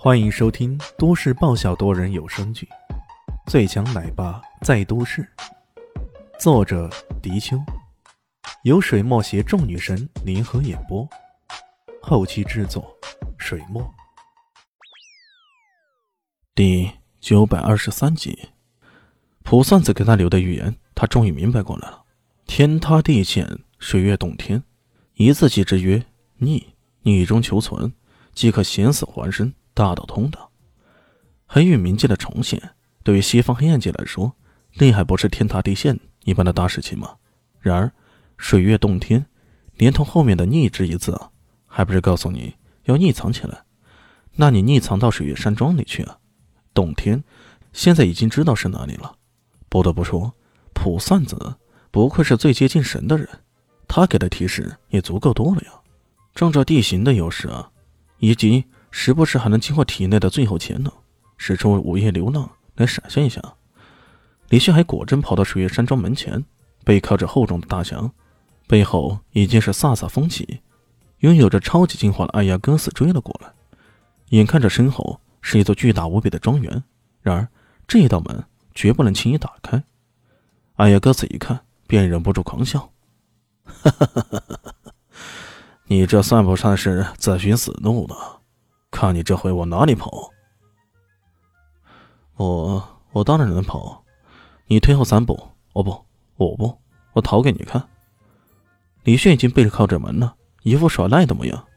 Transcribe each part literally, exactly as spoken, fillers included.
欢迎收听都市爆笑多人有声剧《最强奶爸在都市》，作者：迪秋，由水墨携众女神联合演播，后期制作：水墨。第九百二十三集，卜算子给他留的预言，他终于明白过来了。天塌地陷，水月洞天，一字记之曰逆，逆中求存，即可险死还生，大道通道。黑域冥界的重现，对于西方黑暗界来说，厉害不是天塌地陷一般的大事情吗？然而水月洞天连同后面的逆之一字啊，还不是告诉你要匿藏起来？那你匿藏到水月山庄里去啊？洞天现在已经知道是哪里了。不得不说，卜算子不愧是最接近神的人，他给的提示也足够多了呀。仗着地形的优势啊，以及时不时还能激活体内的最后潜能，使出午夜流浪来闪现一下。李迅还果真跑到水月山庄门前，背靠着厚重的大墙，背后已经是飒飒风起，拥有着超级进化的艾亚哥斯追了过来。眼看着身后是一座巨大无比的庄园，然而这一道门绝不能轻易打开。艾亚哥斯一看便忍不住狂笑，哈哈哈哈哈！你这算不算是自寻死路了？看你这回往哪里跑！我我当然能跑，你退后三步，哦不，五步，我逃给你看。李炫已经背靠着门了，一副耍赖的模样。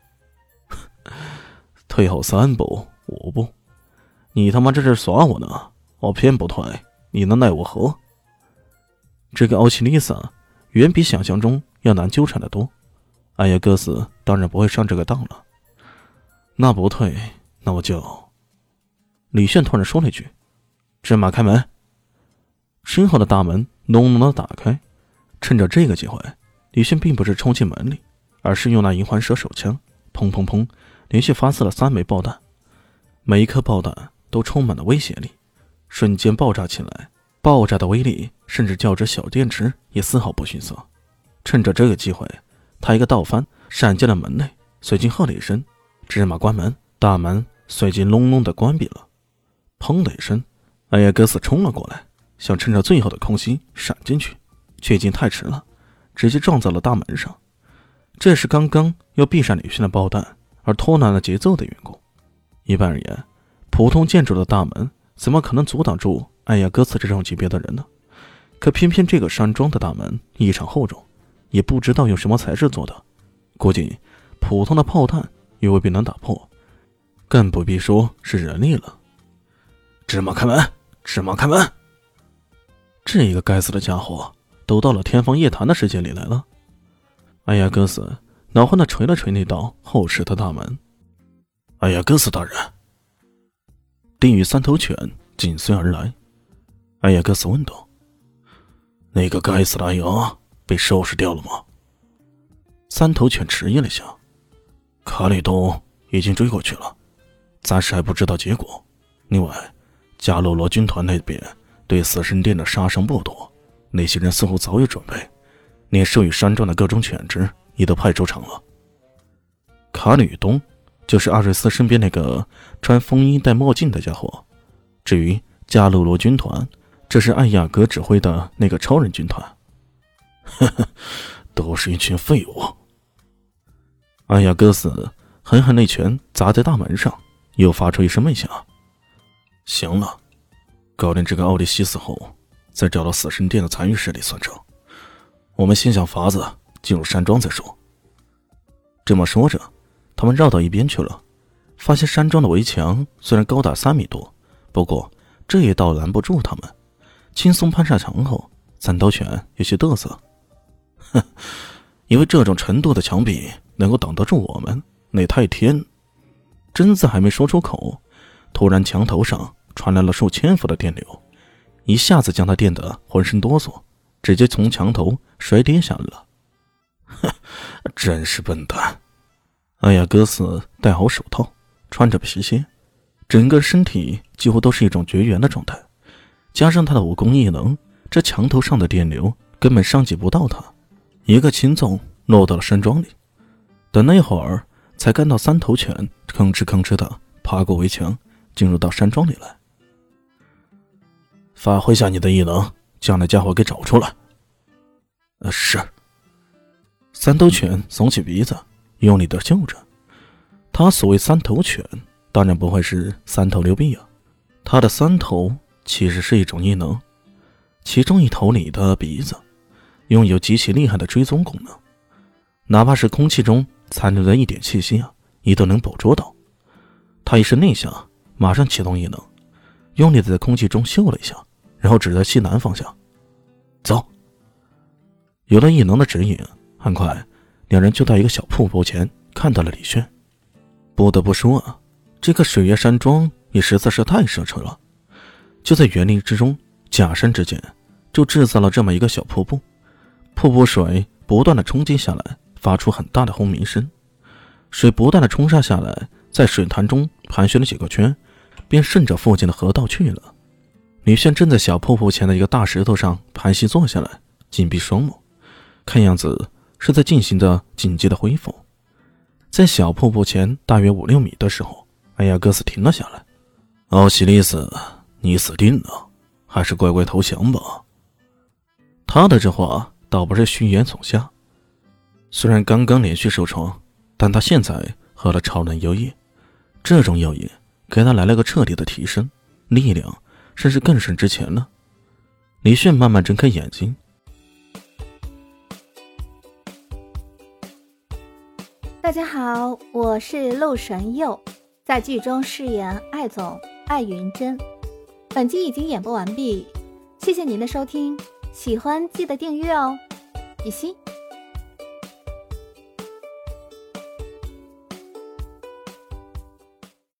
退后三步，五步，你他妈这是耍我呢？我偏不退，你能奈我何？这个奥奇丽萨远比想象中要难纠缠得多。艾亚哥斯当然不会上这个当了。那不退，那我就……李炫突然说了一句：“芝麻开门。”身后的大门隆隆的打开。趁着这个机会，李炫并不是冲进门里，而是用那银环蛇手枪，砰砰砰，连续发射了三枚爆弹。每一颗爆弹都充满了威胁力，瞬间爆炸起来，爆炸的威力甚至较之小电池也丝毫不逊色。趁着这个机会，他一个倒翻闪进了门内，随即喝了一声：“芝麻关门！”大门随即隆隆的关闭了。砰的一声，艾亚哥斯冲了过来，想趁着最后的空隙闪进去，却已经太迟了，直接撞在了大门上。这是刚刚要闭上李迅的爆弹而拖慢了节奏的缘故。一般而言，普通建筑的大门怎么可能阻挡住艾亚哥斯这种级别的人呢？可偏偏这个山庄的大门异常厚重，也不知道用什么材质做的，估计普通的炮弹也未必能打破，更不必说是人力了。芝麻开门！芝麻开门！这一个该死的家伙都到了天方夜谭的世界里来了。艾亚哥斯恼恨地捶了捶那道厚实的大门。艾亚哥斯大人！地狱三头犬紧随而来。艾亚哥斯问道：“那个该死的艾亚被收拾掉了吗？”三头犬迟疑了一下：“卡里东已经追过去了，暂时还不知道结果。另外，加洛罗军团那边对死神殿的杀伤不多，那些人似乎早有准备，连授予山庄的各种犬只也都派出场了。卡里东就是阿瑞斯身边那个穿风衣戴墨镜的家伙。至于加洛罗军团，这是艾亚格指挥的那个超人军团。呵呵，都是一群废物。”艾亚哥斯狠狠那拳砸在大门上，又发出一声闷响：“行了，搞定这个奥利西斯后，再找到死神殿的残余势力算账。我们先想法子进入山庄再说。”这么说着，他们绕到一边去了，发现山庄的围墙虽然高达三米多，不过这也倒拦不住他们。轻松攀上墙后，三头犬有些嘚瑟：“哼，因为这种程度的墙壁能够挡得住我们，那太天……”真字还没说出口，突然墙头上传来了数千伏的电流，一下子将他电得浑身哆嗦，直接从墙头摔跌下来了。哼，真是笨蛋！艾亚哥斯戴好手套，穿着皮鞋，整个身体几乎都是一种绝缘的状态，加上他的武功异能，这墙头上的电流根本伤及不到他，一个轻纵落到了山庄里。等了一会儿，才看到三头犬吭哧吭哧的爬过围墙，进入到山庄里来。发挥下你的异能，将那家伙给找出来。呃，是。三头犬耸起鼻子，用力地嗅着。他所谓三头犬，当然不会是三头六臂啊。他的三头其实是一种异能，其中一头里的鼻子拥有极其厉害的追踪功能，哪怕是空气中残留的一点气息啊，你都能捕捉到。他一声令下，马上启动异能，用力地在空气中嗅了一下，然后指着西南方向，走。有了异能的指引，很快两人就在一个小瀑布前看到了李炫。不得不说啊，这个水月山庄也实在是太奢侈了。就在园林之中，假山之间就制造了这么一个小瀑布，瀑布水不断的冲击下来，发出很大的轰鸣声，水不断的冲刷下来，在水潭中盘旋了几个圈，便顺着附近的河道去了。李炫正在小瀑布前的一个大石头上盘膝坐下来，紧闭双目，看样子是在进行着紧急的恢复。在小瀑布前大约五六米的时候，艾亚戈斯停了下来。奥西里斯，你死定了，还是乖乖投降吧。他的这话倒不是虚言耸下，虽然刚刚连续受创，但他现在喝了超能药液，这种药液给他来了个彻底的提升，力量甚至更胜之前了。李炫慢慢睁开眼睛。 大家好，我是陆神佑，在剧中饰演艾总艾云珍。本集已经演播完毕，谢谢您的收听，喜欢记得订阅哦，比心。